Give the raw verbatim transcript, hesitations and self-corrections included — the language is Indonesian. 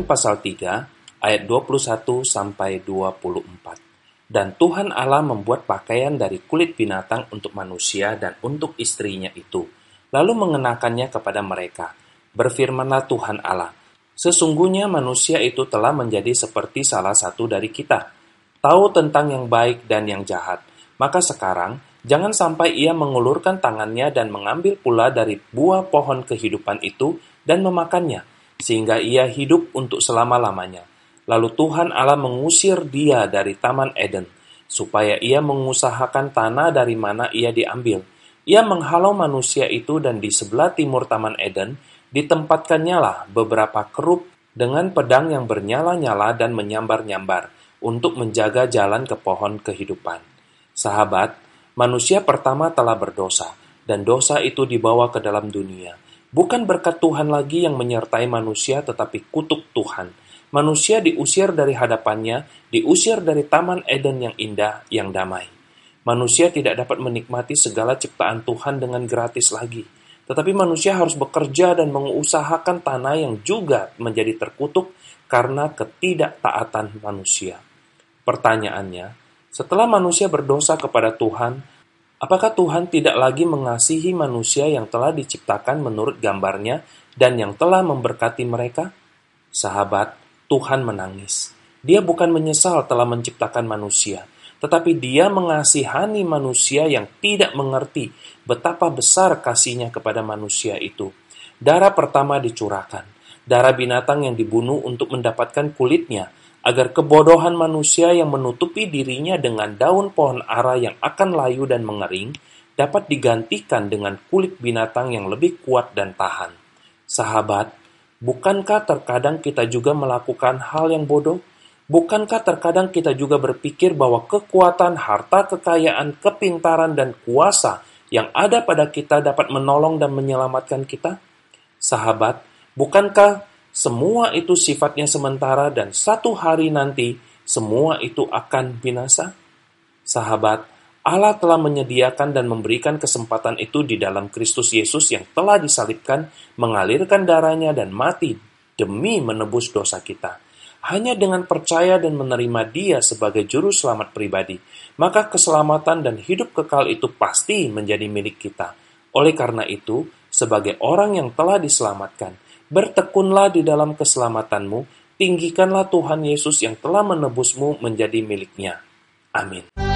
pasal tiga, ayat dua puluh satu sampai dua puluh empat. Dan Tuhan Allah membuat pakaian dari kulit binatang untuk manusia dan untuk istrinya itu, lalu mengenakannya kepada mereka. Berfirmanlah Tuhan Allah, sesungguhnya manusia itu telah menjadi seperti salah satu dari kita, tahu tentang yang baik dan yang jahat. Maka sekarang, jangan sampai ia mengulurkan tangannya dan mengambil pula dari buah pohon kehidupan itu dan memakannya, sehingga ia hidup untuk selama-lamanya. Lalu Tuhan Allah mengusir dia dari Taman Eden, supaya ia mengusahakan tanah dari mana ia diambil. Ia menghalau manusia itu, dan di sebelah timur Taman Eden ditempatkannya lah beberapa kerub dengan pedang yang bernyala-nyala dan menyambar-nyambar untuk menjaga jalan ke pohon kehidupan. Sahabat, manusia pertama telah berdosa, dan dosa itu dibawa ke dalam dunia. Bukan berkat Tuhan lagi yang menyertai manusia, tetapi kutuk Tuhan. Manusia diusir dari hadapannya, diusir dari Taman Eden yang indah, yang damai. Manusia tidak dapat menikmati segala ciptaan Tuhan dengan gratis lagi. Tetapi manusia harus bekerja dan mengusahakan tanah yang juga menjadi terkutuk karena ketidaktaatan manusia. Pertanyaannya, setelah manusia berdosa kepada Tuhan, apakah Tuhan tidak lagi mengasihi manusia yang telah diciptakan menurut gambarnya dan yang telah memberkati mereka? Sahabat, Tuhan menangis. Dia bukan menyesal telah menciptakan manusia, tetapi dia mengasihani manusia yang tidak mengerti betapa besar kasihnya kepada manusia itu. Darah pertama dicurahkan, darah binatang yang dibunuh untuk mendapatkan kulitnya, agar kebodohan manusia yang menutupi dirinya dengan daun pohon ara yang akan layu dan mengering, dapat digantikan dengan kulit binatang yang lebih kuat dan tahan. Sahabat, bukankah terkadang kita juga melakukan hal yang bodoh? Bukankah terkadang kita juga berpikir bahwa kekuatan, harta, kekayaan, kepintaran, dan kuasa yang ada pada kita dapat menolong dan menyelamatkan kita? Sahabat, bukankah semua itu sifatnya sementara dan satu hari nanti semua itu akan binasa? Sahabat, Allah telah menyediakan dan memberikan kesempatan itu di dalam Kristus Yesus yang telah disalibkan, mengalirkan darahnya dan mati demi menebus dosa kita. Hanya dengan percaya dan menerima Dia sebagai juru selamat pribadi, maka keselamatan dan hidup kekal itu pasti menjadi milik kita. Oleh karena itu, sebagai orang yang telah diselamatkan, bertekunlah di dalam keselamatanmu, tinggikanlah Tuhan Yesus yang telah menebusmu menjadi miliknya. Amin.